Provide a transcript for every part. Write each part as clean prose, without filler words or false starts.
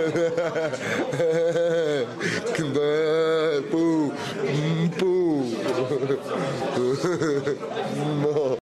Pu, pu. No.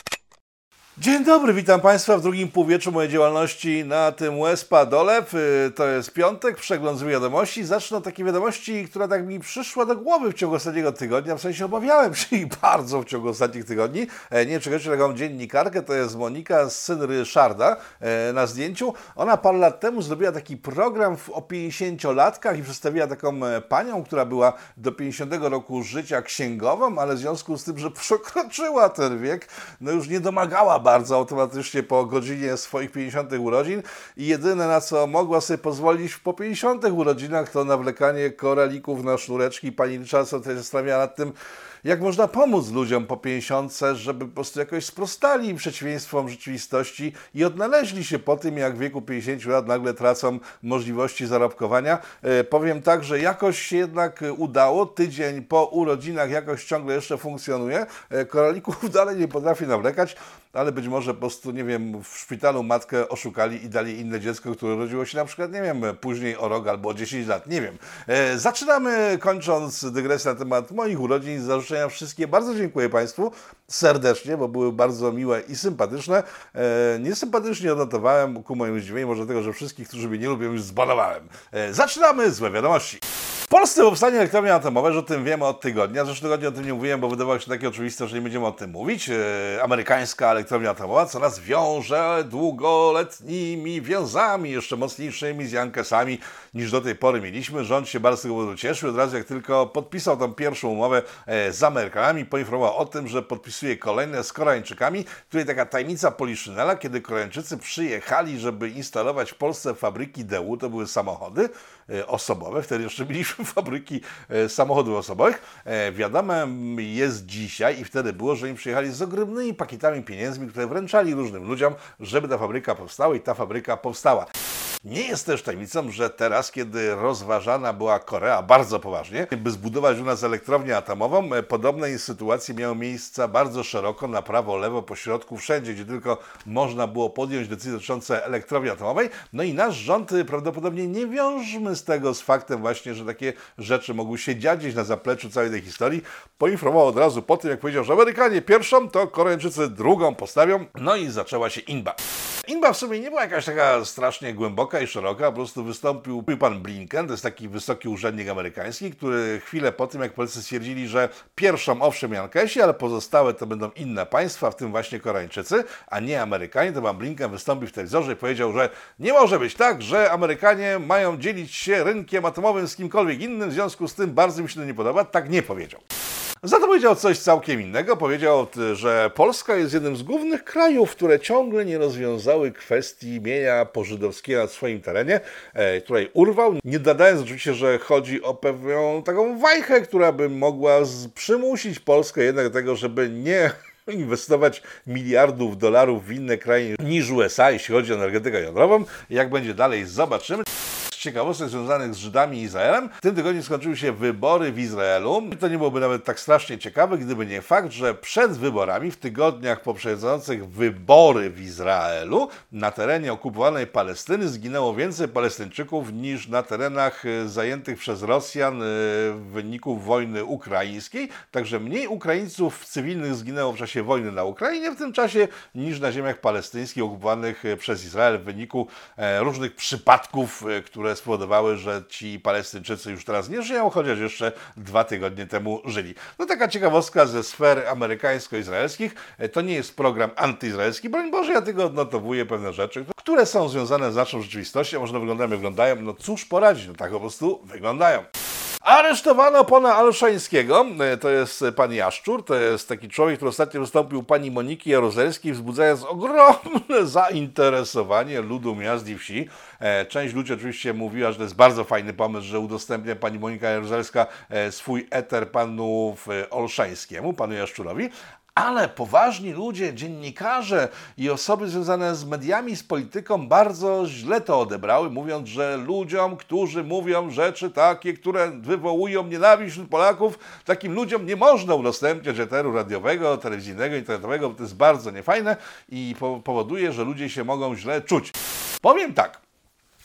Dzień dobry, witam Państwa w drugim półwieczu mojej działalności na tym UESP-a Dolew. To jest piątek, przegląd z wiadomości. Zacznę od takiej wiadomości, która tak mi przyszła do głowy w ciągu ostatniego tygodnia, w sensie obawiałem się jej bardzo w ciągu ostatnich tygodni. Nie wiem, czy kojarzycie taką dziennikarkę, to jest Monika, syn Ryszarda na zdjęciu. Ona parę lat temu zrobiła taki program o 50-latkach i przedstawiła taką panią, która była do 50 roku życia księgową, ale w związku z tym, że przekroczyła ten wiek, no już nie domagała bardzo automatycznie po godzinie swoich 50 urodzin i jedyne, na co mogła sobie pozwolić po 50 urodzinach, to nawlekanie koralików na sznureczki. Pani Richardson też zastanawiała nad tym, jak można pomóc ludziom po 50, żeby po prostu jakoś sprostali przeciwieństwom rzeczywistości i odnaleźli się po tym, jak w wieku 50 lat nagle tracą możliwości zarobkowania. Powiem tak, że jakoś się jednak udało. Tydzień po urodzinach jakoś ciągle jeszcze funkcjonuje. Koralików dalej nie potrafi nawlekać, ale być może po prostu, nie wiem, w szpitalu matkę oszukali i dali inne dziecko, które rodziło się na przykład, nie wiem, później o rok albo o 10 lat, nie wiem. Zaczynamy, kończąc dygresję na temat moich urodzin, za życzenia wszystkie. Bardzo dziękuję Państwu serdecznie, bo były bardzo miłe i sympatyczne. Niesympatycznie odnotowałem, ku moim zdziwieniu, może dlatego, że wszystkich, którzy mnie nie lubią, już zbanowałem. Zaczynamy złe wiadomości. W Polsce powstanie elektrownie atomowe, że o tym wiemy od tygodnia. Zresztą tygodnia o tym nie mówiłem, bo wydawało się takie oczywiste, że nie będziemy o tym mówić. Amerykańska elektrownia atomowa, co nas wiąże długoletnimi więzami, jeszcze mocniejszymi z Yankesami niż do tej pory mieliśmy. Rząd się bardzo z tego powodu cieszył. Od razu jak tylko podpisał tą pierwszą umowę z Amerykanami, poinformował o tym, że podpisuje kolejne z Koreańczykami. Tutaj taka tajemnica Poliszynela, kiedy Koreańczycy przyjechali, żeby instalować w Polsce fabryki DU, to były samochody osobowe, wtedy jeszcze mieliśmy fabryki samochodów osobowych. Wiadomo jest dzisiaj i wtedy było, że im przyjechali z ogromnymi pakietami pieniędzmi, które wręczali różnym ludziom, żeby ta fabryka powstała i ta fabryka powstała. Nie jest też tajemnicą, że teraz, kiedy rozważana była Korea bardzo poważnie, by zbudować u nas elektrownię atomową, podobne sytuacje miały miejsce bardzo szeroko, na prawo, lewo, po środku, wszędzie, gdzie tylko można było podjąć decyzje dotyczące elektrowni atomowej. No i nasz rząd prawdopodobnie nie wiążmy z tego z faktem właśnie, że takie rzeczy mogły się dziać gdzieś na zapleczu całej tej historii. Poinformował od razu po tym, jak powiedział, że Amerykanie pierwszą, to Koreańczycy drugą postawią. No i zaczęła się inba. Inba w sumie nie była jakaś taka strasznie głęboka i szeroka, po prostu wystąpił pan Blinken, to jest taki wysoki urzędnik amerykański, który chwilę po tym, jak Polacy stwierdzili, że pierwszą owszem Jankesi, ale pozostałe to będą inne państwa, w tym właśnie Koreańczycy, a nie Amerykanie, to pan Blinken wystąpił w telewizorze i powiedział, że nie może być tak, że Amerykanie mają dzielić się rynkiem atomowym z kimkolwiek innym, w związku z tym bardzo mi się to nie podoba, tak nie powiedział. Za to powiedział coś całkiem innego. Powiedział, że Polska jest jednym z głównych krajów, które ciągle nie rozwiązały kwestii mienia pożydowskiego na swoim terenie, której urwał, nie dodając oczywiście, że chodzi o pewną taką wajchę, która by mogła przymusić Polskę jednak do tego, żeby nie inwestować miliardów dolarów w inne kraje niż USA, jeśli chodzi o energetykę jądrową. Jak będzie dalej, zobaczymy. Ciekawostek związanych z Żydami i Izraelem. W tym tygodniu skończyły się wybory w Izraelu. I to nie byłoby nawet tak strasznie ciekawe, gdyby nie fakt, że przed wyborami, w tygodniach poprzedzających wybory w Izraelu, na terenie okupowanej Palestyny zginęło więcej Palestyńczyków niż na terenach zajętych przez Rosjan w wyniku wojny ukraińskiej. Także mniej Ukraińców cywilnych zginęło w czasie wojny na Ukrainie w tym czasie niż na ziemiach palestyńskich okupowanych przez Izrael w wyniku różnych przypadków, które spowodowały, że ci Palestyńczycy już teraz nie żyją, chociaż jeszcze 2 tygodnie temu żyli. No taka ciekawostka ze sfer amerykańsko-izraelskich. To nie jest program antyizraelski, broń Boże, ja tylko odnotowuję pewne rzeczy, które są związane z naszą rzeczywistością, może wyglądają, no cóż poradzić, no tak po prostu wyglądają. Aresztowano pana Olszańskiego, to jest pan Jaszczur, to jest taki człowiek, który ostatnio wystąpił u pani Moniki Jaruzelskiej, wzbudzając ogromne zainteresowanie ludu miast i wsi. Część ludzi oczywiście mówiła, że to jest bardzo fajny pomysł, że udostępnia pani Monika Jaruzelska swój eter panu Olszańskiemu, panu Jaszczurowi. Ale poważni ludzie, dziennikarze i osoby związane z mediami, z polityką bardzo źle to odebrały, mówiąc, że ludziom, którzy mówią rzeczy takie, które wywołują nienawiść wśród Polaków, takim ludziom nie można udostępniać eteru radiowego, telewizyjnego, internetowego, bo to jest bardzo niefajne i powoduje, że ludzie się mogą źle czuć. Powiem tak.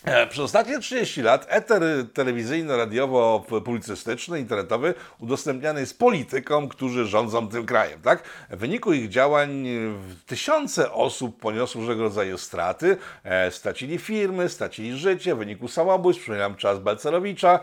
Przez ostatnie 30 lat eter telewizyjno-radiowo-publicystyczny, internetowy udostępniany jest politykom, którzy rządzą tym krajem. Tak? W wyniku ich działań tysiące osób poniosły różnego rodzaju straty, stracili firmy, stracili życie, w wyniku samobójstw, przypominam czas Balcerowicza,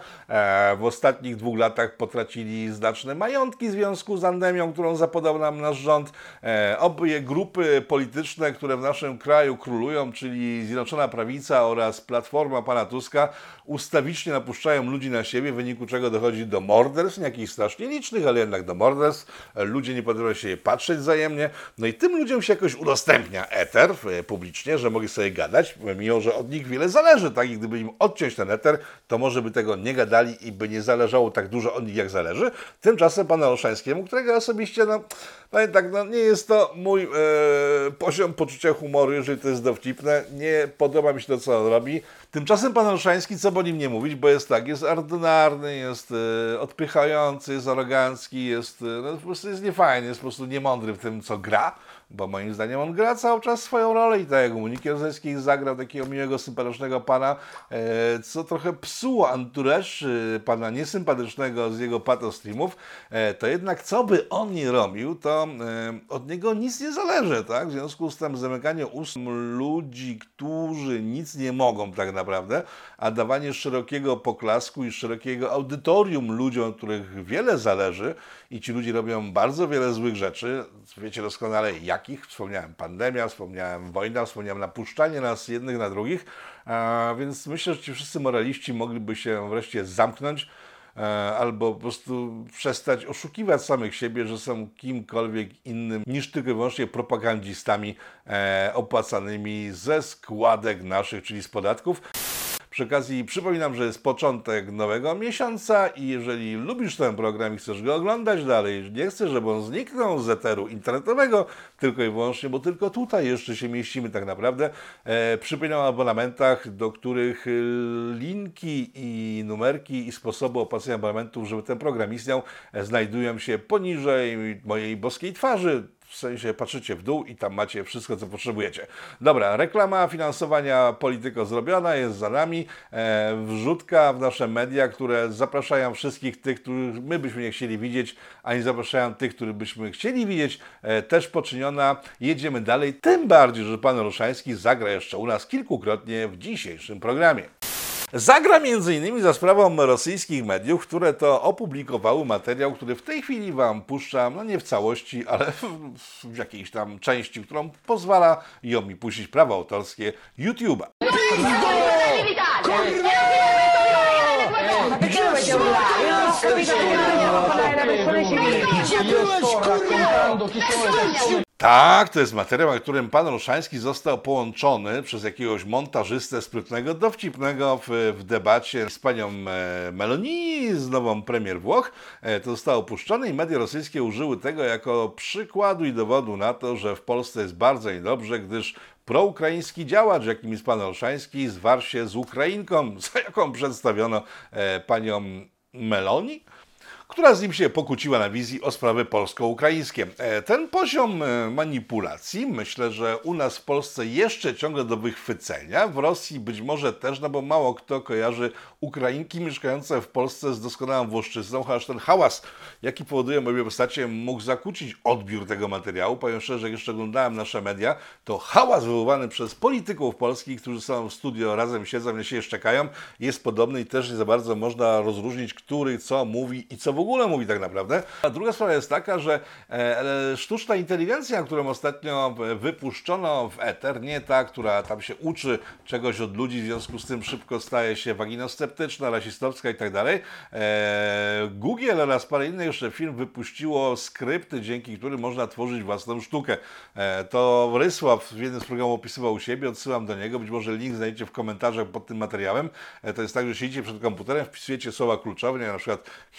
w ostatnich 2 latach potracili znaczne majątki w związku z pandemią, którą zapodał nam nasz rząd. Obie grupy polityczne, które w naszym kraju królują, czyli Zjednoczona Prawica oraz Platforma pana Tuska, ustawicznie napuszczają ludzi na siebie, w wyniku czego dochodzi do morderstw, nie jakichś strasznie licznych, ale jednak do morderstw. Ludzie nie potrafią się patrzeć wzajemnie. No i tym ludziom się jakoś udostępnia eter publicznie, że mogli sobie gadać, mimo że od nich wiele zależy, tak? I gdyby im odciąć ten eter, to może by tego nie gadali i by nie zależało tak dużo od nich, jak zależy. Tymczasem panu Olszańskiemu, którego osobiście, powiem tak, nie jest to mój poziom poczucia humoru, jeżeli to jest dowcipne. Nie podoba mi się to, co on robi. Tymczasem pan Olszański, co by nim nie mówić, bo jest tak, jest ordynarny, jest odpychający, jest arogancki, jest, po prostu jest niefajny, jest po prostu niemądry w tym, co gra, bo moim zdaniem on gra cały czas swoją rolę i tak jak Moniki Rozeńskiej zagrał takiego miłego, sympatycznego pana, co trochę psuło anturaż pana niesympatycznego z jego patostreamów, to jednak co by on nie robił, to od niego nic nie zależy, tak? W związku z tym zamykanie ust ludzi, którzy nic nie mogą tak naprawdę, a dawanie szerokiego poklasku i szerokiego audytorium ludziom, od których wiele zależy i ci ludzie robią bardzo wiele złych rzeczy, wiecie doskonale jakich, wspomniałem pandemia, wspomniałem wojna, wspomniałem napuszczanie nas jednych na drugich, więc myślę, że ci wszyscy moraliści mogliby się wreszcie zamknąć, albo po prostu przestać oszukiwać samych siebie, że są kimkolwiek innym niż tylko i wyłącznie propagandzistami opłacanymi ze składek naszych, czyli z podatków. Przy okazji przypominam, że jest początek nowego miesiąca i jeżeli lubisz ten program i chcesz go oglądać dalej, nie chcesz, żeby on zniknął z eteru internetowego, tylko i wyłącznie, bo tylko tutaj jeszcze się mieścimy tak naprawdę, przypominam o abonamentach, do których linki i numerki i sposoby opłacenia abonamentów, żeby ten program istniał, znajdują się poniżej mojej boskiej twarzy. W sensie patrzycie w dół i tam macie wszystko, co potrzebujecie. Dobra, reklama finansowania Polityko zrobiona, jest za nami. Wrzutka w nasze media, które zapraszają wszystkich tych, których my byśmy nie chcieli widzieć, a nie zapraszają tych, których byśmy chcieli widzieć, też poczyniona. Jedziemy dalej, tym bardziej, że pan Olszański zagra jeszcze u nas kilkukrotnie w dzisiejszym programie. Zagra m.in. za sprawą rosyjskich mediów, które to opublikowały materiał, który w tej chwili Wam puszczam, nie w całości, ale w jakiejś tam części, którą pozwala ją mi puścić prawo autorskie YouTube'a. Tak, to jest materiał, na którym pan Olszański został połączony przez jakiegoś montażystę sprytnego, dowcipnego w debacie z panią Meloni, z nową premier Włoch. To zostało opuszczone i media rosyjskie użyły tego jako przykładu i dowodu na to, że w Polsce jest bardzo niedobrze, gdyż proukraiński działacz, jakim jest pan Olszański, zwarł się z Ukrainką, za jaką przedstawiono panią Meloni, która z nim się pokłóciła na wizji o sprawy polsko-ukraińskie. Ten poziom manipulacji myślę, że u nas w Polsce jeszcze ciągle do wychwycenia, w Rosji być może też, bo mało kto kojarzy Ukrainki mieszkające w Polsce z doskonałą włoszczyzną, chociaż ten hałas, jaki powoduje moje postacie, mógł zakłócić odbiór tego materiału. Powiem szczerze, jak jeszcze oglądałem nasze media, to hałas wywołany przez polityków polskich, którzy są w studio, razem siedzą, na siebie szczekają, jest podobny i też nie za bardzo można rozróżnić, który co mówi i co w ogóle mówi tak naprawdę. A druga sprawa jest taka, że sztuczna inteligencja, którą ostatnio wypuszczono w eter, nie ta, która tam się uczy czegoś od ludzi, w związku z tym szybko staje się waginosceptyczna, rasistowska i tak dalej. Google oraz parę innych jeszcze firm wypuściło skrypty, dzięki którym można tworzyć własną sztukę. To Rysław w jednym z programów opisywał u siebie, odsyłam do niego, być może link znajdziecie w komentarzach pod tym materiałem. To jest tak, że siedzicie przed komputerem, wpisujecie słowa kluczowe, na przykład Hitler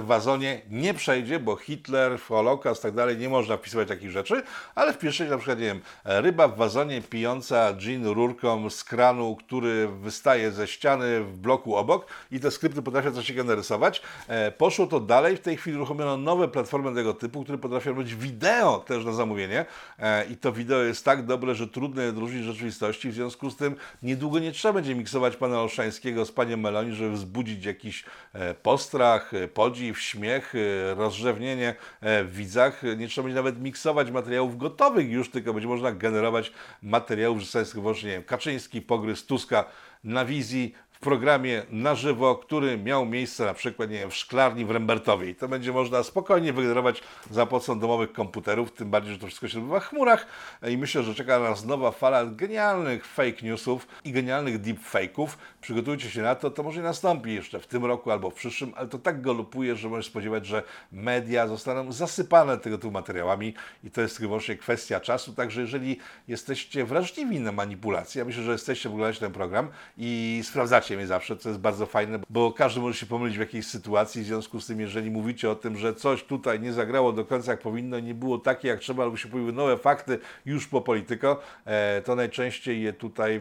w wazonie nie przejdzie, bo Hitler, Holokaust, tak dalej, nie można wpisywać takich rzeczy, ale wpiszecie na przykład, nie wiem, ryba w wazonie pijąca gin rurką z kranu, który wystaje ze ściany w bloku obok i te skrypty potrafią coś takiego narysować. Poszło to dalej, w tej chwili uruchomiono nowe platformy tego typu, które potrafią robić wideo też na zamówienie i to wideo jest tak dobre, że trudno je odróżnić rzeczywistości, w związku z tym niedługo nie trzeba będzie miksować pana Olszańskiego z panią Meloni, żeby wzbudzić jakiś postrach, podziw, śmiech, rozrzewnienie w widzach. Nie trzeba będzie nawet miksować materiałów gotowych już, tylko będzie można generować materiałów, że sobie wyłącznie, nie wiem, Kaczyński pogryz Tuska na wizji, w programie na żywo, który miał miejsce na przykład, nie wiem, w szklarni w Rembertowie. I to będzie można spokojnie wygenerować za pomocą domowych komputerów, tym bardziej, że to wszystko się odbywa w chmurach. I myślę, że czeka nas nowa fala genialnych fake newsów i genialnych deepfake'ów. Przygotujcie się na to, to może nastąpi jeszcze w tym roku albo w przyszłym, ale to tak galopuje, że możesz spodziewać, że media zostaną zasypane tego typu materiałami i to jest wyłącznie kwestia czasu. Także jeżeli jesteście wrażliwi na manipulacje, ja myślę, że jesteście w ogóle ten program i sprawdzacie mnie zawsze, co jest bardzo fajne, bo każdy może się pomylić w jakiejś sytuacji, w związku z tym, jeżeli mówicie o tym, że coś tutaj nie zagrało do końca jak powinno, nie było takie jak trzeba, albo się pojawiły nowe fakty już po Polityko, to najczęściej je tutaj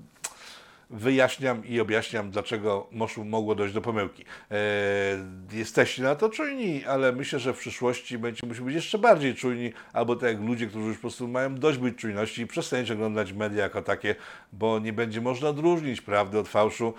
wyjaśniam i objaśniam, dlaczego mogło dojść do pomyłki. Jesteście na to czujni, ale myślę, że w przyszłości musimy być jeszcze bardziej czujni, albo tak jak ludzie, którzy już po prostu mają dość być czujności i przestaniecie oglądać media jako takie, bo nie będzie można odróżnić prawdy od fałszu.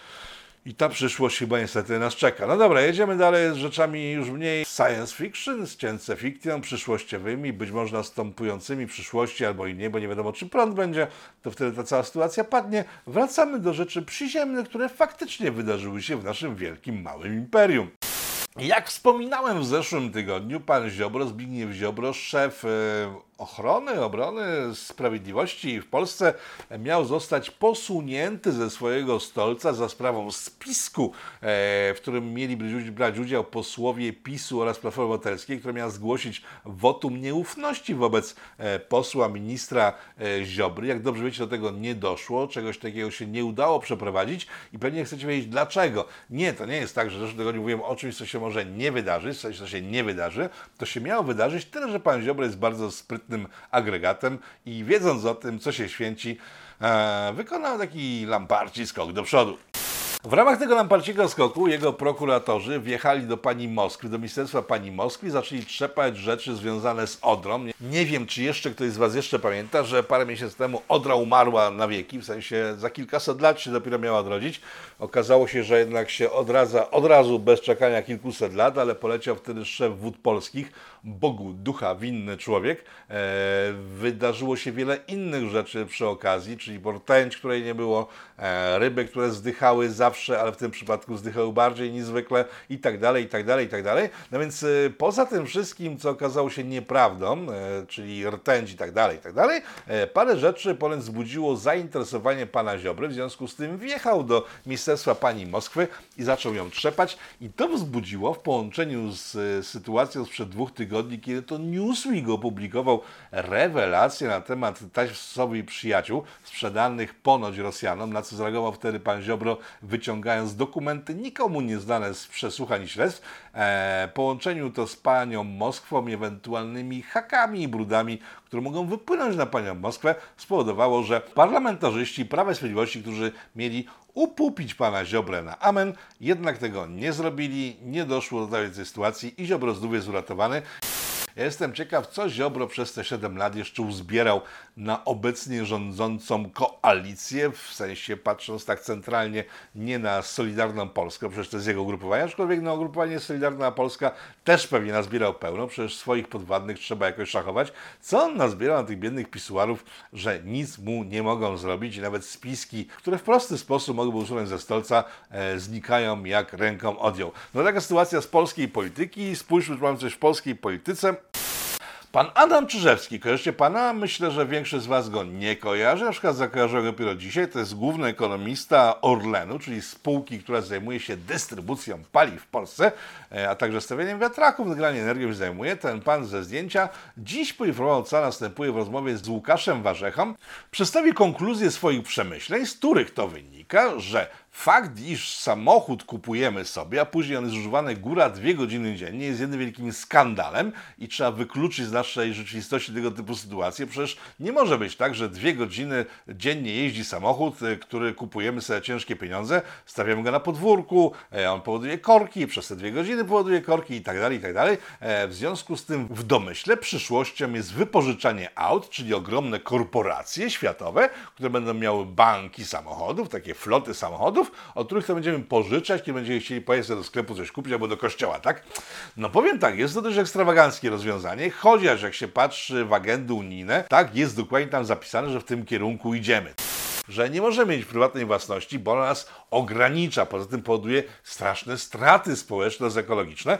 I ta przyszłość chyba niestety nas czeka. No dobra, jedziemy dalej z rzeczami już mniej science fiction, z science fiction, przyszłościowymi, być może następującymi przyszłości albo i nie, bo nie wiadomo czy prąd będzie, to wtedy ta cała sytuacja padnie. Wracamy do rzeczy przyziemnych, które faktycznie wydarzyły się w naszym wielkim, małym imperium. Jak wspominałem w zeszłym tygodniu, pan Ziobro, Zbigniew Ziobro, szef obrony sprawiedliwości w Polsce miał zostać posunięty ze swojego stolca za sprawą spisku, w którym mieli brać udział posłowie PiS-u oraz Platformy Obywatelskiej, która miała zgłosić wotum nieufności wobec posła, ministra Ziobry. Jak dobrze wiecie, do tego nie doszło, czegoś takiego się nie udało przeprowadzić i pewnie chcecie wiedzieć dlaczego. Nie, to nie jest tak, że w zeszłym tygodniu mówiłem o czymś, co się może nie wydarzyć, coś, co się nie wydarzy. To się miało wydarzyć, tyle że pan Ziobro jest bardzo sprytnym agregatem i wiedząc o tym, co się święci, wykonał taki lamparci skok do przodu. W ramach tego lamparciego skoku jego prokuratorzy wjechali do pani Moskwy, do ministerstwa pani Moskwy i zaczęli trzepać rzeczy związane z Odrą. Nie wiem, czy jeszcze ktoś z was jeszcze pamięta, że parę miesięcy temu Odra umarła na wieki, w sensie za kilkaset lat się dopiero miała odrodzić. Okazało się, że jednak się odradza od razu, bez czekania kilkuset lat, ale poleciał wtedy szef Wód Polskich, Bogu ducha winny człowiek. Wydarzyło się wiele innych rzeczy przy okazji, czyli rtęć, której nie było, ryby, które zdychały zawsze, ale w tym przypadku zdychały bardziej niż zwykle i tak dalej, i tak dalej, i tak dalej. No więc poza tym wszystkim, co okazało się nieprawdą, czyli rtęć i tak dalej, parę rzeczy potem wzbudziło zainteresowanie pana Ziobry, w związku z tym wjechał do ministerstwa pani Moskwy i zaczął ją trzepać i to wzbudziło w połączeniu z sytuacją sprzed 2 tygodni, kiedy to Newsweek opublikował rewelację na temat taśm przyjaciół sprzedanych ponoć Rosjanom, na co zareagował wtedy pan Ziobro, wyciągając dokumenty nikomu nieznane z przesłuchań i śledztw, połączeniu to z panią Moskwą i ewentualnymi hakami i brudami, które mogą wypłynąć na panią Moskwę, spowodowało, że parlamentarzyści Prawa i Sprawiedliwości, którzy mieli upupić pana Ziobrę na amen, jednak tego nie zrobili, nie doszło do tej sytuacji i Ziobro znów jest uratowany. Ja jestem ciekaw, co Ziobro przez te 7 lat jeszcze uzbierał na obecnie rządzącą koalicję, w sensie patrząc tak centralnie nie na Solidarną Polskę, przecież to jest jego ugrupowanie, aczkolwiek no, ugrupowanie Solidarna Polska też pewnie nazbierał pełno, przecież swoich podwładnych trzeba jakoś szachować. Co on nazbierał na tych biednych pisuarów, że nic mu nie mogą zrobić i nawet spiski, które w prosty sposób mogłyby usunąć ze stolca, znikają jak ręką odjął. No taka sytuacja z polskiej polityki, spójrzmy, mamy coś w polskiej polityce. Pan Adam Czyżewski, kojarzycie pana? Myślę, że większość z was go nie kojarzy, na przykład zakojarzył go dopiero dzisiaj. To jest główny ekonomista Orlenu, czyli spółki, która zajmuje się dystrybucją paliw w Polsce, a także stawianiem wiatraków, generalnie energią się zajmuje. Ten pan ze zdjęcia dziś poinformował, co następuje w rozmowie z Łukaszem Warzechą. Przedstawi konkluzję swoich przemyśleń, z których to wynika, że Fakt, iż samochód kupujemy sobie, a później on jest używany góra 2 godziny dziennie, jest jednym wielkim skandalem i trzeba wykluczyć z naszej rzeczywistości tego typu sytuacje. Przecież nie może być tak, że 2 godziny dziennie jeździ samochód, który kupujemy sobie ciężkie pieniądze, stawiamy go na podwórku, on powoduje korki, przez te 2 godziny powoduje korki i tak dalej, i tak dalej. W związku z tym w domyśle przyszłością jest wypożyczanie aut, czyli ogromne korporacje światowe, które będą miały banki samochodów, takie floty samochodów, od których to będziemy pożyczać, kiedy będziemy chcieli pojechać do sklepu coś kupić albo do kościoła, tak? No powiem tak, jest to dość ekstrawaganckie rozwiązanie, chociaż jak się patrzy w agendy unijne, tak, jest dokładnie tam zapisane, że w tym kierunku idziemy. Że nie możemy mieć prywatnej własności, bo ona nas ogranicza, poza tym powoduje straszne straty społeczno-ekologiczne.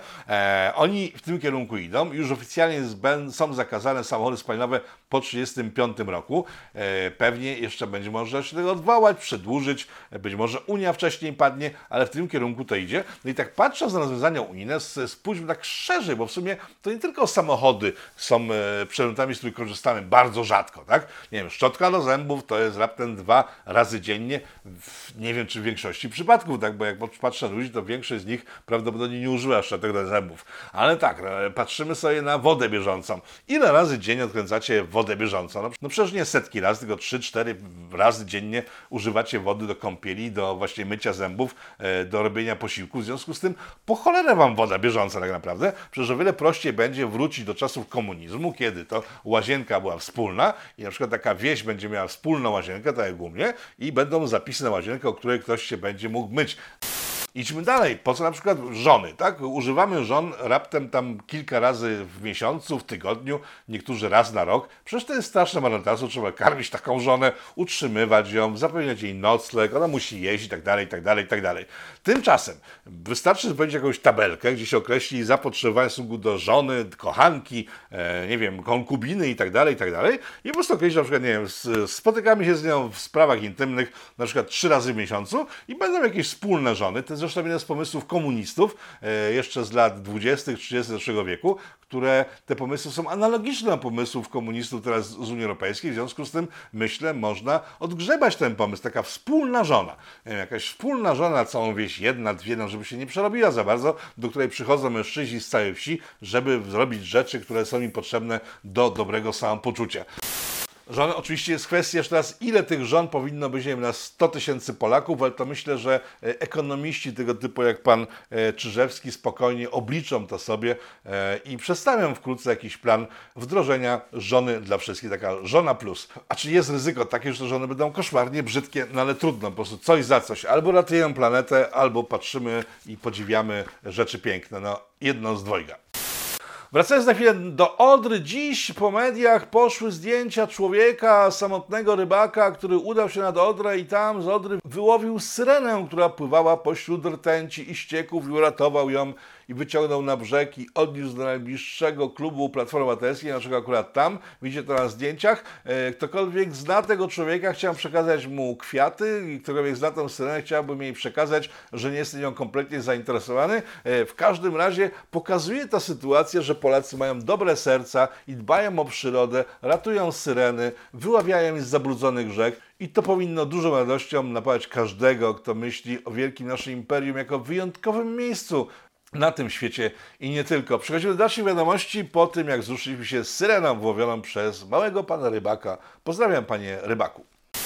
Oni w tym kierunku idą. Już oficjalnie są zakazane samochody spalinowe po 1935 roku. Pewnie jeszcze będzie można się tego odwołać, przedłużyć, być może Unia wcześniej padnie, ale w tym kierunku to idzie. No i tak patrząc na rozwiązania unijne, spójrzmy tak szerzej, bo w sumie to nie tylko samochody są przedmiotami, z których korzystamy bardzo rzadko, tak? Nie wiem, szczotka do zębów to jest raptem 2 razy dziennie, nie wiem czy w większości przypadków, tak, bo jak patrzę na ludzi, to większość z nich prawdopodobnie nie używa szczotek do zębów. Ale tak, patrzymy sobie na wodę bieżącą. Ile razy dziennie odkręcacie wodę bieżącą? No przecież nie setki razy, tylko 3-4 razy dziennie używacie wody do kąpieli, do właśnie mycia zębów, do robienia posiłku. W związku z tym po cholerę wam woda bieżąca tak naprawdę. Przecież o wiele prościej będzie wrócić do czasów komunizmu, kiedy to łazienka była wspólna i na przykład taka wieś będzie miała wspólną łazienkę, tak jak u mnie, i będą zapisy na łazienkę, o której ktoś się będzie mógł myć. Idźmy dalej. Po co na przykład żony, tak? Używamy żon raptem tam kilka razy w miesiącu, w tygodniu, niektórzy raz na rok. Przecież to jest straszne marnotrawstwo. Trzeba karmić taką żonę, utrzymywać ją, zapewniać jej nocleg, ona musi jeść i tak dalej, i tak dalej, i tak dalej. Tymczasem wystarczy powiedzieć jakąś tabelkę, gdzie się określi zapotrzebowanie w stosunku do żony, kochanki, nie wiem, konkubiny i tak dalej, i tak dalej. I po prostu określić na przykład, nie wiem, spotykamy się z nią w sprawach intymnych na przykład 3 razy w miesiącu i będą jakieś wspólne żony. To jest zresztą jeden z pomysłów komunistów jeszcze z lat 20., 30. zeszłego wieku, które te pomysły są analogiczne do pomysłów komunistów teraz z Unii Europejskiej. W związku z tym, myślę, można odgrzebać ten pomysł. Taka wspólna żona. Jakaś wspólna żona na całą wieś, jedna, dwie, no żeby się nie przerobiła za bardzo, do której przychodzą mężczyźni z całej wsi, żeby zrobić rzeczy, które są im potrzebne do dobrego samopoczucia. Żony, oczywiście jest kwestia jeszcze raz, ile tych żon powinno być, nie wiem, na 100 000 Polaków, ale to myślę, że ekonomiści tego typu jak pan Czyżewski spokojnie obliczą to sobie i przedstawią wkrótce jakiś plan wdrożenia żony dla wszystkich, taka żona plus. A czy jest ryzyko takie, że te żony będą koszmarnie brzydkie, no ale trudno, po prostu coś za coś. Albo ratują planetę, albo patrzymy i podziwiamy rzeczy piękne. No, jedno z dwojga. Wracając na chwilę do Odry, dziś po mediach poszły zdjęcia człowieka, samotnego rybaka, który udał się nad Odrę i tam z Odry wyłowił syrenę, która pływała pośród rtęci i ścieków i uratował ją i wyciągnął na brzeg i odniósł do najbliższego klubu Platformy Obywatelskiej, naszego akurat tam, widzicie to na zdjęciach. Ktokolwiek zna tego człowieka, chciałem przekazać mu kwiaty i ktokolwiek zna tę syrenę, chciałbym jej przekazać, że nie jestem nią kompletnie zainteresowany. W każdym razie pokazuje ta sytuacja, że Polacy mają dobre serca i dbają o przyrodę, ratują syreny, wyławiają je z zabrudzonych rzek i to powinno dużą radością napawać każdego, kto myśli o wielkim naszym imperium jako wyjątkowym miejscu na tym świecie i nie tylko. Przechodzimy do dalszych wiadomości po tym, jak zruszyliśmy się z syreną wyłowioną przez małego pana rybaka. Pozdrawiam, panie rybaku.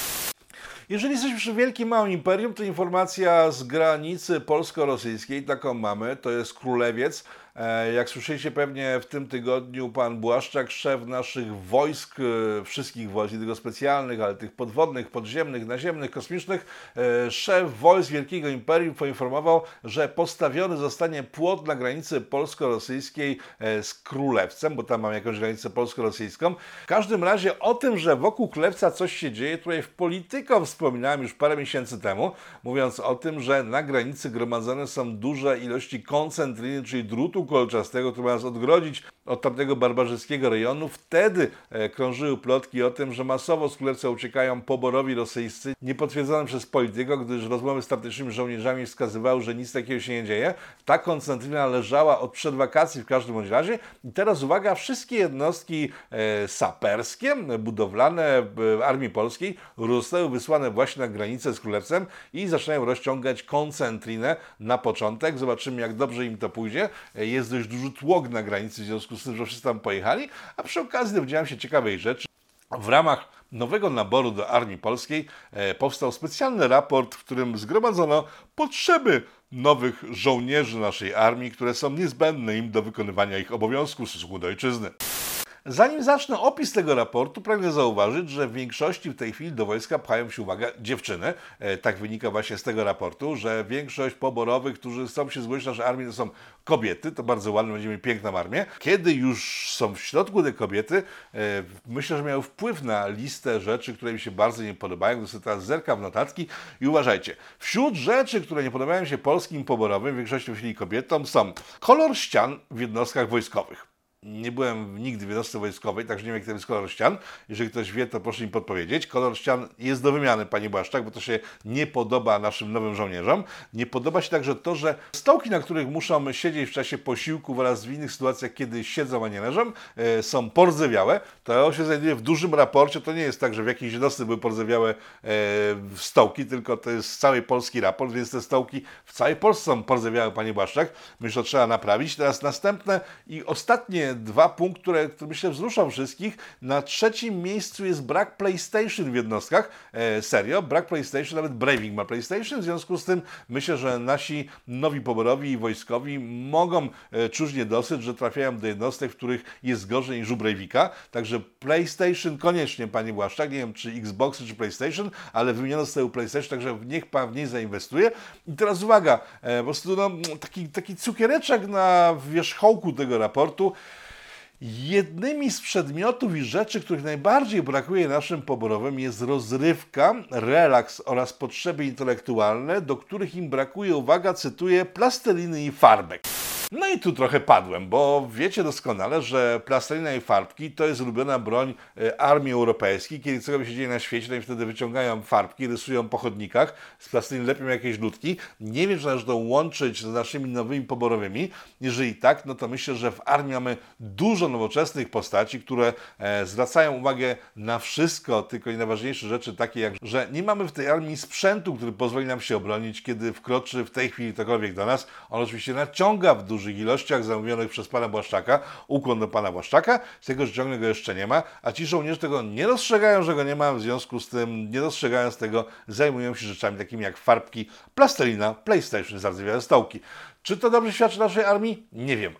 Jeżeli jesteśmy przy wielkim małym imperium, to informacja z granicy polsko-rosyjskiej, taką mamy, to jest Królewiec. Jak słyszeliście pewnie w tym tygodniu, pan Błaszczak, szef naszych wojsk, wszystkich wojsk, nie tylko specjalnych, ale tych podwodnych, podziemnych, naziemnych, kosmicznych, szef wojsk Wielkiego Imperium poinformował, że postawiony zostanie płot na granicy polsko-rosyjskiej z Królewcem, bo tam mamy jakąś granicę polsko-rosyjską. W każdym razie o tym, że wokół Królewca coś się dzieje, tutaj w Polityko wspominałem już parę miesięcy temu, mówiąc o tym, że na granicy gromadzone są duże ilości koncentriny, czyli drutu, płotu kolczastego, który ma nas odgrodzić od tamtego barbarzyńskiego rejonu. Wtedy krążyły plotki o tym, że masowo z Królewca uciekają poborowi rosyjscy, niepotwierdzone przez polityko, gdyż rozmowy z tamtejszymi żołnierzami wskazywały, że nic takiego się nie dzieje. Ta koncentryna leżała od przed wakacji w każdym bądź razie. I teraz uwaga, wszystkie jednostki saperskie, budowlane Armii Polskiej zostały wysłane właśnie na granicę z Królewcem i zaczynają rozciągać koncentrinę na początek. Zobaczymy, jak dobrze im to pójdzie. Jest dość duży tłok na granicy, w związku z tym, że wszyscy tam pojechali, a przy okazji dowiedziałem się ciekawej rzeczy. W ramach nowego naboru do Armii Polskiej powstał specjalny raport, w którym zgromadzono potrzeby nowych żołnierzy naszej armii, które są niezbędne im do wykonywania ich obowiązków w stosunku do ojczyzny. Zanim zacznę opis tego raportu, pragnę zauważyć, że w większości w tej chwili do wojska pchają się, uwaga, dziewczyny. Tak wynika właśnie z tego raportu, że większość poborowych, którzy chcą się zgłosić do naszej armii, to są kobiety. To bardzo ładne, będziemy mieli piękną armię. Kiedy już są w środku te kobiety, myślę, że miały wpływ na listę rzeczy, które mi się bardzo nie podobają. Gdy sobie teraz zerkam w notatki i uważajcie. Wśród rzeczy, które nie podobają się polskim poborowym, w większości w chwili kobietom, są kolor ścian w jednostkach wojskowych. Nie byłem nigdy w jednostce wojskowej, także nie wiem, jak to jest kolor ścian. Jeżeli ktoś wie, to proszę mi podpowiedzieć. Kolor ścian jest do wymiany, Panie Błaszczak, bo to się nie podoba naszym nowym żołnierzom. Nie podoba się także to, że stołki, na których muszą siedzieć w czasie posiłków oraz w innych sytuacjach, kiedy siedzą, a nie leżą, są pordzewiałe. To się znajduje w dużym raporcie. To nie jest tak, że w jakiejś jednostce były pordzewiałe stołki, tylko to jest cały polski raport, więc te stołki w całej Polsce są pordzewiałe, Panie Błaszczak. Myślę, że to trzeba naprawić. Teraz następne i ostatnie dwa punkty, które myślę wzruszą wszystkich. Na trzecim miejscu jest brak PlayStation w jednostkach. Serio, brak PlayStation, nawet Breivik ma PlayStation, w związku z tym myślę, że nasi nowi poborowi i wojskowi mogą czuć niedosyt, że trafiają do jednostek, w których jest gorzej niż u Breivika. Także PlayStation koniecznie, Panie Błaszczak, nie wiem czy Xboxy, czy PlayStation, ale wymieniono z tego PlayStation, także niech Pan w niej zainwestuje. I teraz uwaga, po prostu taki cukiereczek na wierzchołku tego raportu. Jednymi z przedmiotów i rzeczy, których najbardziej brakuje naszym poborowym, jest rozrywka, relaks oraz potrzeby intelektualne, do których im brakuje, uwaga, cytuję, plasteliny i farbek. No i tu trochę padłem, bo wiecie doskonale, że plastelina i farbki to jest ulubiona broń armii europejskiej. Kiedy cokolwiek się dzieje na świecie, to i wtedy wyciągają farbki, rysują po chodnikach, z plasteliny lepią jakieś ludki. Nie wiem, czy należy to łączyć z naszymi nowymi poborowymi. Jeżeli tak, no to myślę, że w armii mamy dużo nowoczesnych postaci, które zwracają uwagę na wszystko, tylko i najważniejsze rzeczy takie jak, że nie mamy w tej armii sprzętu, który pozwoli nam się obronić, kiedy wkroczy w tej chwili ktokolwiek do nas. On oczywiście naciąga w dużych ilościach zamówionych przez Pana Błaszczaka, ukłon do Pana Błaszczaka, z tego, że ciągle go jeszcze nie ma, a ci żołnierze tego nie dostrzegają, że go nie ma, w związku z tym, nie dostrzegając tego, zajmują się rzeczami takimi jak farbki, plastelina, PlayStation, zardzewiałe stołki. Czy to dobrze świadczy naszej armii? Nie wiem,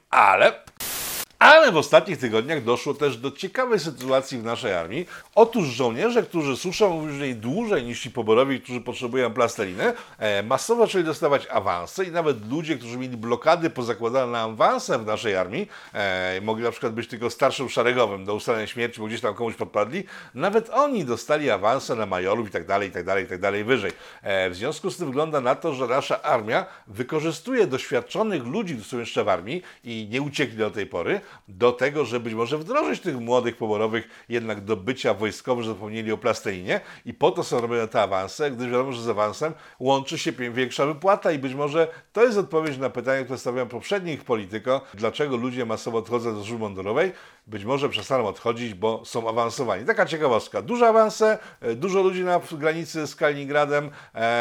ale w ostatnich tygodniach doszło też do ciekawej sytuacji w naszej armii. Otóż żołnierze, którzy służą już dłużej niż ci poborowi, którzy potrzebują plasteliny, masowo zaczęli dostawać awanse i nawet ludzie, którzy mieli blokady pozakładane na awanse w naszej armii, mogli na przykład być tylko starszym szeregowym do ustalenia śmierci, bo gdzieś tam komuś podpadli, nawet oni dostali awanse na majorów i tak dalej wyżej. W związku z tym wygląda na to, że nasza armia wykorzystuje doświadczonych ludzi, którzy są jeszcze w armii i nie uciekli do tej pory, do tego, żeby być może wdrożyć tych młodych poborowych jednak do bycia wojskowym, że zapomnieli o plastelinie i po to są robione te awanse, gdyż wiadomo, że z awansem łączy się większa wypłata i być może to jest odpowiedź na pytanie, które stawiałem poprzednich politykom, dlaczego ludzie masowo odchodzą do służby mundurowej. Być może przestaną odchodzić, bo są awansowani. Taka ciekawostka. Duże awanse, dużo ludzi na granicy z Kaliningradem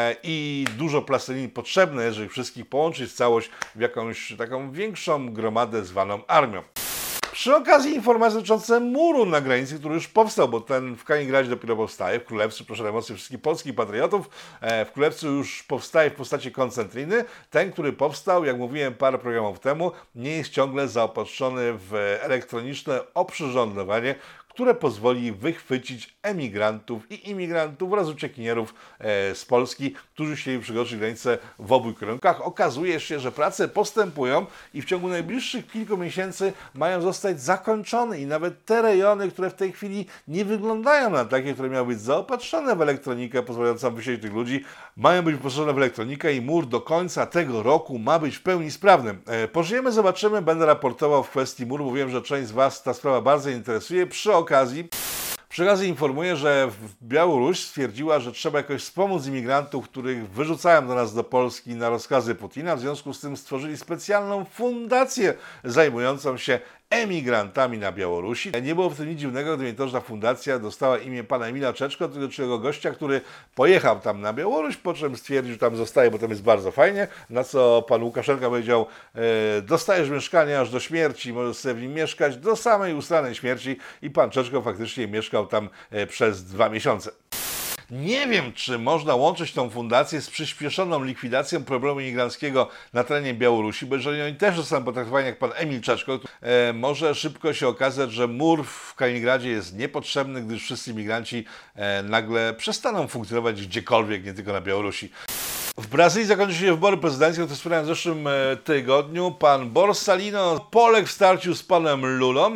i dużo plastelin potrzebne, jeżeli wszystkich połączyć w całość w jakąś taką większą gromadę zwaną armią. Przy okazji informacje dotyczące muru na granicy, który już powstał, bo ten w Kaliningradzie dopiero powstaje, w Królewcu, proszę emocje wszystkich polskich patriotów, w Królewcu już powstaje w postaci koncentriny. Ten, który powstał, jak mówiłem parę programów temu, nie jest ciągle zaopatrzony w elektroniczne oprzyrządowanie, które pozwoli wychwycić emigrantów i imigrantów oraz uciekinierów z Polski, którzy chcieli przekroczyć granicę w obu kierunkach. Okazuje się, że prace postępują i w ciągu najbliższych kilku miesięcy mają zostać zakończone i nawet te rejony, które w tej chwili nie wyglądają na takie, które miały być zaopatrzone w elektronikę pozwalającą wysiedlić tych ludzi, mają być wyposażone w elektronikę i mur do końca tego roku ma być w pełni sprawny. Pożyjemy, zobaczymy, będę raportował w kwestii muru, bo wiem, że część z Was ta sprawa bardzo interesuje. Przy okazji informuję, że Białoruś stwierdziła, że trzeba jakoś wspomóc imigrantów, których wyrzucają do nas do Polski na rozkazy Putina. W związku z tym stworzyli specjalną fundację zajmującą się emigrantami na Białorusi. Nie było w tym nic dziwnego, gdyby to, że ta fundacja dostała imię pana Emila Czeczko, tego gościa, który pojechał tam na Białoruś, po czym stwierdził, że tam zostaje, bo tam jest bardzo fajnie, na co pan Łukaszenka powiedział, dostajesz mieszkanie aż do śmierci, możesz sobie w nim mieszkać do samej ustanej śmierci i pan Czeczko faktycznie mieszkał tam przez 2 miesiące. Nie wiem, czy można łączyć tą fundację z przyspieszoną likwidacją problemu imigranckiego na terenie Białorusi, bo jeżeli oni też zostaną potraktowani jak pan Emil Czeczko, może szybko się okazać, że mur w Kaliningradzie jest niepotrzebny, gdyż wszyscy imigranci nagle przestaną funkcjonować gdziekolwiek, nie tylko na Białorusi. W Brazylii zakończyły się wybory prezydenckie, o tym wspomniałem w zeszłym tygodniu. Pan Borsalino poległ w starciu z panem Lulą,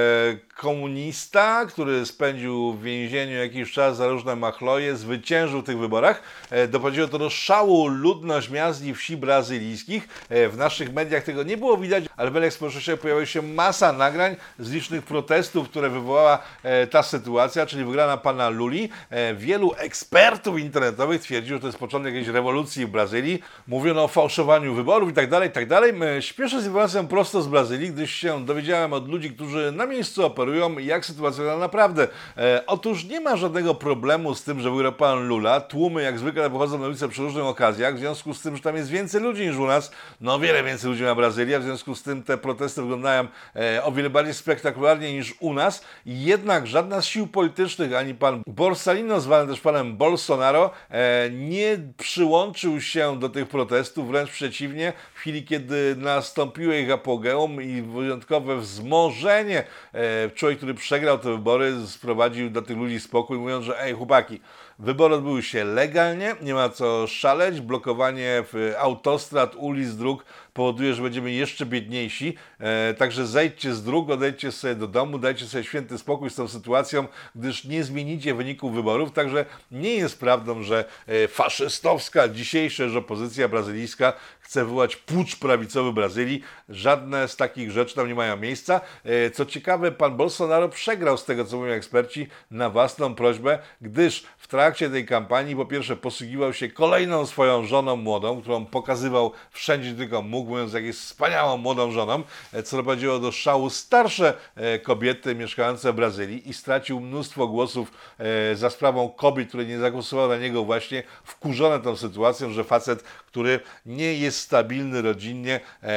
komunista, który spędził w więzieniu jakiś czas za różne machloje, zwyciężył w tych wyborach. Doprowadziło to do szału ludność miast i wsi brazylijskich. W naszych mediach tego nie było widać, ale w mediach społecznościowych pojawiła się masa nagrań z licznych protestów, które wywołała ta sytuacja, czyli wygrana pana Luli. Wielu ekspertów internetowych twierdziło, że to jest początek jakiejś rewolucji w Brazylii. Mówiono o fałszowaniu wyborów i tak dalej. Śpieszę z informacją prosto z Brazylii, gdyż się dowiedziałem od ludzi, którzy na miejscu operują, jak sytuacja wygląda naprawdę. Otóż nie ma żadnego problemu z tym, że wygrał pan Lula. Tłumy jak zwykle wychodzą na ulicę przy różnych okazjach, w związku z tym, że tam jest więcej ludzi niż u nas. No wiele więcej ludzi ma Brazylia, w związku z tym te protesty wyglądają o wiele bardziej spektakularnie niż u nas. Jednak żadna z sił politycznych, ani pan Borsalino, zwany też panem Bolsonaro, nie przyłączył się do tych protestów, wręcz przeciwnie, w chwili, kiedy nastąpiło ich apogeum i wyjątkowe wzmożenie, człowiek, który przegrał te wybory, sprowadził do tych ludzi spokój, mówiąc, że chłopaki, wybory odbyły się legalnie, nie ma co szaleć, blokowanie autostrad, ulic, dróg powoduje, że będziemy jeszcze biedniejsi, także zejdźcie z dróg, odejdźcie sobie do domu, dajcie sobie święty spokój z tą sytuacją, gdyż nie zmienicie wyników wyborów, także nie jest prawdą, że faszystowska dzisiejsza opozycja brazylijska chce wywołać pucz prawicowy Brazylii. Żadne z takich rzeczy tam nie mają miejsca. Co ciekawe, pan Bolsonaro przegrał, z tego co mówią eksperci, na własną prośbę, gdyż w trakcie tej kampanii po pierwsze posługiwał się kolejną swoją żoną młodą, którą pokazywał wszędzie tylko mógł, mówiąc, jak jest wspaniałą młodą żoną, co doprowadziło do szału starsze kobiety mieszkające w Brazylii i stracił mnóstwo głosów za sprawą kobiet, które nie zagłosowały na niego, właśnie wkurzone tą sytuacją, że facet, który nie jest stabilny rodzinnie,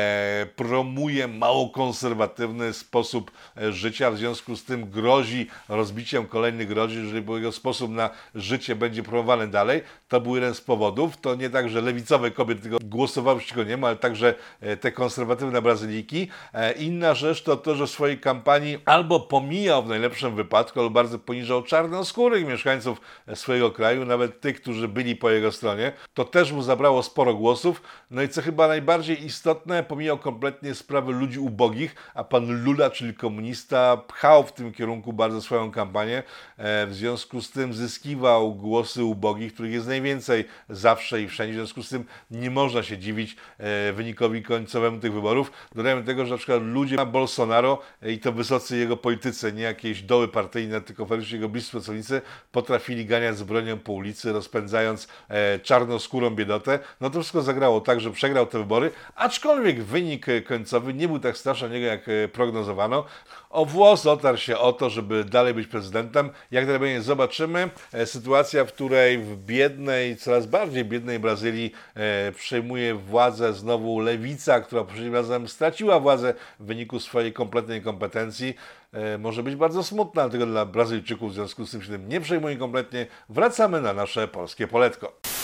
promuje mało konserwatywny sposób życia, w związku z tym grozi rozbiciem kolejnych rodzin, jeżeli jego sposób na życie będzie promowany dalej. To był jeden z powodów. To nie tak, że lewicowe kobiety tylko głosowały przeciwko niemu, ale także te konserwatywne Brazylijki. Inna rzecz to to, że w swojej kampanii albo pomijał w najlepszym wypadku, albo bardzo poniżał czarnoskórych mieszkańców swojego kraju, nawet tych, którzy byli po jego stronie. To też mu zabrało sporo głosów. No i co chyba najbardziej istotne, pomijał kompletnie sprawy ludzi ubogich, a pan Lula, czyli komunista, pchał w tym kierunku bardzo swoją kampanię. W związku z tym zyskiwał głosy ubogich, których jest najwięcej zawsze i wszędzie. W związku z tym nie można się dziwić wynikowi końcowemu tych wyborów. Dodajmy tego, że na przykład ludzie na Bolsonaro i to wysocy jego politycy, nie jakieś doły partyjne, tylko faktycznie jego bliscy pracownicy, potrafili ganiać z bronią po ulicy, rozpędzając czarnoskórą biedotę. No to wszystko zagrało tak, że przegrał te wybory, aczkolwiek wynik końcowy nie był tak straszny niego, jak prognozowano. O włos otarł się o to, żeby dalej być prezydentem. Jak dalej będzie, zobaczymy. Sytuacja, w której w biednej, coraz bardziej biednej Brazylii przejmuje władzę znowu lewica, która poprzednim razem straciła władzę w wyniku swojej kompletnej kompetencji. Może być bardzo smutna, dlatego dla Brazylijczyków w związku z tym się tym nie przejmuje kompletnie. Wracamy na nasze polskie poletko.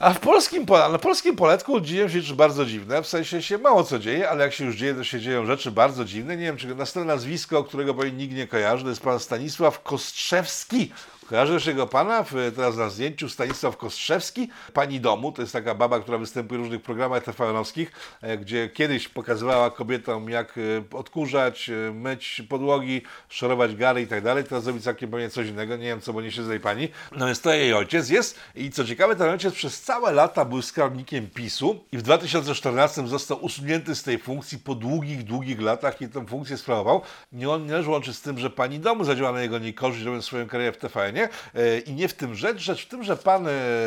A na polskim poletku dzieją się rzeczy bardzo dziwne, w sensie się mało co dzieje, ale jak się już dzieje, to się dzieją rzeczy bardzo dziwne. Nie wiem, czy następne nazwisko, którego pewnie nikt nie kojarzy, to jest pan Stanisław Kostrzewski. Kojarzysz jego pana? Teraz na zdjęciu Stanisław Kostrzewski. Pani domu, to jest taka baba, która występuje w różnych programach TVN-owskich, gdzie kiedyś pokazywała kobietom, jak odkurzać, myć podłogi, szorować gary i tak dalej. Teraz robi całkiem pewnie coś innego, nie wiem co, bo nie się z tej pani. No więc to jej ojciec jest i co ciekawe, ten ojciec przez całe lata był skarbnikiem PiS-u i w 2014 został usunięty z tej funkcji po długich latach i tę funkcję sprawował. Nie należy łączyć z tym, że pani domu zadziała na jego niekorzyść, robiąc swoją karierę w TVN-ie. I nie w tym rzecz w tym, że pan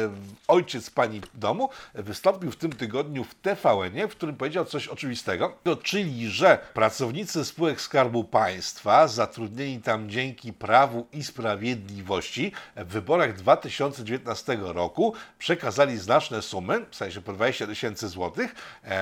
ojciec pani domu wystąpił w tym tygodniu w TVN-ie, w którym powiedział coś oczywistego, czyli że pracownicy spółek Skarbu Państwa zatrudnieni tam dzięki Prawu i Sprawiedliwości w wyborach 2019 roku przekazali znaczne sumy, w sensie po 20 000 złotych,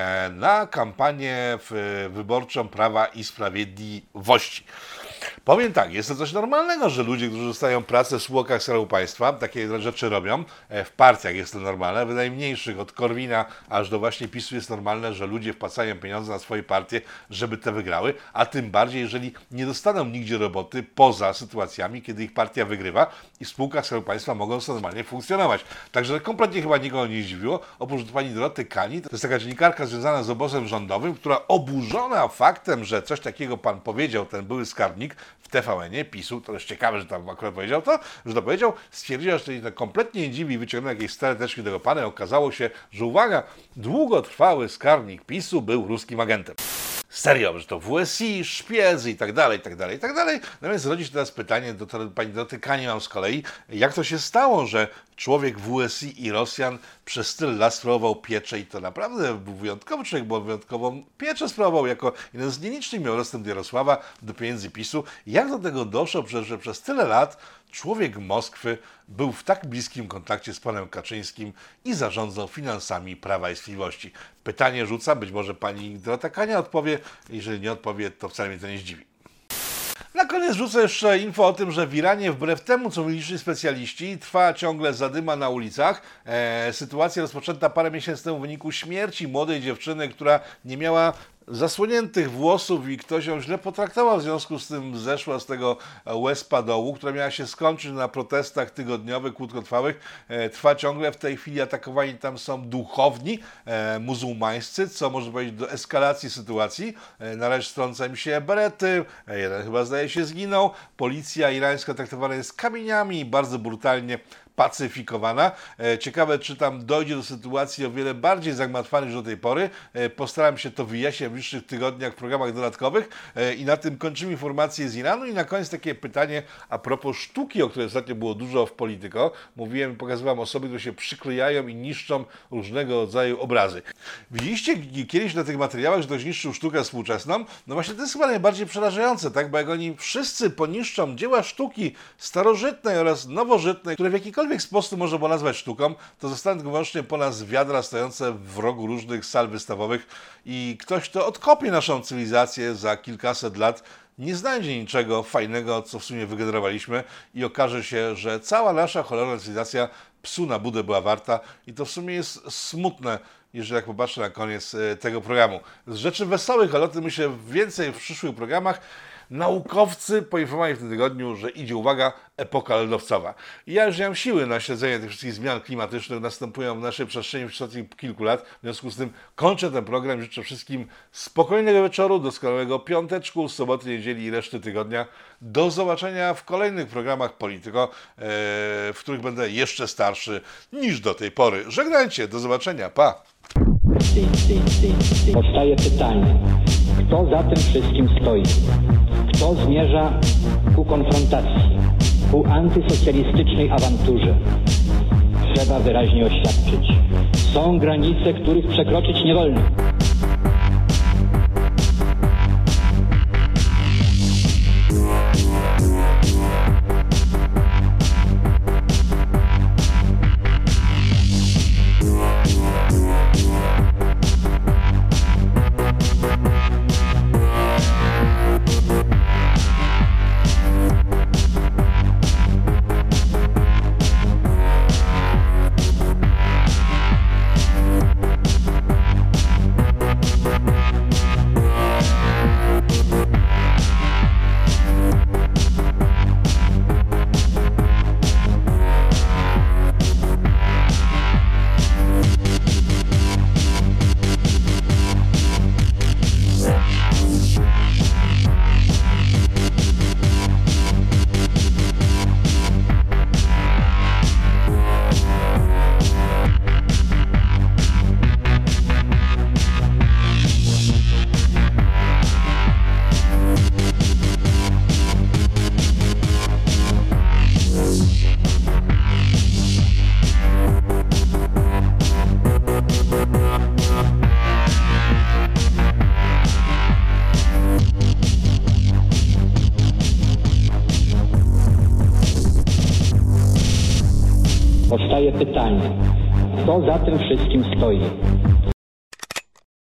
na kampanię wyborczą Prawa i Sprawiedliwości. Powiem tak, jest to coś normalnego, że ludzie, którzy dostają pracę w spółkach Skarbu Państwa, takie rzeczy robią. W partiach jest to normalne, w najmniejszych, od Korwina aż do właśnie PiS-u jest normalne, że ludzie wpłacają pieniądze na swoje partie, żeby te wygrały, a tym bardziej, jeżeli nie dostaną nigdzie roboty poza sytuacjami, kiedy ich partia wygrywa i w spółkach Skarbu Państwa mogą sobie normalnie funkcjonować. Także kompletnie chyba nikogo nie zdziwiło, oprócz pani Doroty Kani, to jest taka dziennikarka związana z obozem rządowym, która oburzona faktem, że coś takiego pan powiedział, ten były skarbnik w TVN-ie PiS-u, to jest ciekawe, że tam akurat powiedział to, że to powiedział, stwierdziła, że to kompletnie nie dziwi, wyciągnął jakieś stare teczki tego pana i okazało się, że uwaga, długotrwały skarbnik PiS-u był ruskim agentem. Serio, że to WSI, szpiedzy i tak dalej, i tak dalej, i tak dalej. No więc rodzi się teraz pytanie do pani Dotykanie mam z kolei, jak to się stało, że człowiek WSI i Rosjan przez tyle lat sprawował pieczę i to naprawdę był wyjątkowy człowiek, bo wyjątkową pieczę sprawował jako jeden z nielicznych, miał dostęp do Jarosława, do pieniędzy PiS-u. Jak do tego doszło, że przez tyle lat człowiek Moskwy był w tak bliskim kontakcie z panem Kaczyńskim i zarządzał finansami Prawa i Sprawiedliwości? Pytanie rzuca, być może pani Dorota Kania odpowie, jeżeli nie odpowie, to wcale mnie to nie zdziwi. Na koniec rzucę jeszcze info o tym, że w Iranie, wbrew temu, co mówili specjaliści, trwa ciągle zadyma na ulicach. Sytuacja rozpoczęta parę miesięcy temu w wyniku śmierci młodej dziewczyny, która nie miała zasłoniętych włosów i ktoś ją źle potraktował, w związku z tym zeszła z tego łezpa dołu, która miała się skończyć na protestach tygodniowych, krótkotrwałych. Trwa ciągle, w tej chwili atakowani tam są duchowni muzułmańscy, co może powiedzieć do eskalacji sytuacji. Na resztę strąca im się berety, jeden chyba zdaje się zginął. Policja irańska traktowana jest kamieniami i bardzo brutalnie pacyfikowana. Ciekawe, czy tam dojdzie do sytuacji o wiele bardziej zagmatwanych niż do tej pory. Postaram się to wyjaśnić w najbliższych tygodniach w programach dodatkowych i na tym kończymy informacje z Iranu. I na koniec takie pytanie a propos sztuki, o której ostatnio było dużo w Polityko. Mówiłem, pokazywałem osoby, które się przyklejają i niszczą różnego rodzaju obrazy. Widzieliście kiedyś na tych materiałach, że ktoś niszczył sztukę współczesną? No właśnie to jest chyba najbardziej przerażające, tak? Bo jak oni wszyscy poniszczą dzieła sztuki starożytnej oraz nowożytnej, które w jakikolwiek sposób można było nazwać sztuką, to zostaną tylko wyłącznie po nas wiadra stojące w rogu różnych sal wystawowych i ktoś, kto odkopie naszą cywilizację za kilkaset lat, nie znajdzie niczego fajnego, co w sumie wygenerowaliśmy i okaże się, że cała nasza cholerna cywilizacja psu na budę była warta i to w sumie jest smutne, jeżeli jak popatrzę na koniec tego programu. Z rzeczy wesołych, ale o tym myślę więcej w przyszłych programach. Naukowcy poinformowali w tym tygodniu, że idzie, uwaga, epoka lodowcowa. I ja już nie mam siły na śledzenie tych wszystkich zmian klimatycznych, które następują w naszej przestrzeni w ostatnich kilku lat. W związku z tym kończę ten program i życzę wszystkim spokojnego wieczoru, doskonałego piąteczku, soboty, niedzieli i reszty tygodnia. Do zobaczenia w kolejnych programach Polityko, w których będę jeszcze starszy niż do tej pory. Żegnajcie, do zobaczenia, pa! Powstaje pytanie, kto za tym wszystkim stoi? Kto zmierza ku konfrontacji, ku antysocjalistycznej awanturze? Trzeba wyraźnie oświadczyć. Są granice, których przekroczyć nie wolno. Powstaje pytanie, kto za tym wszystkim stoi?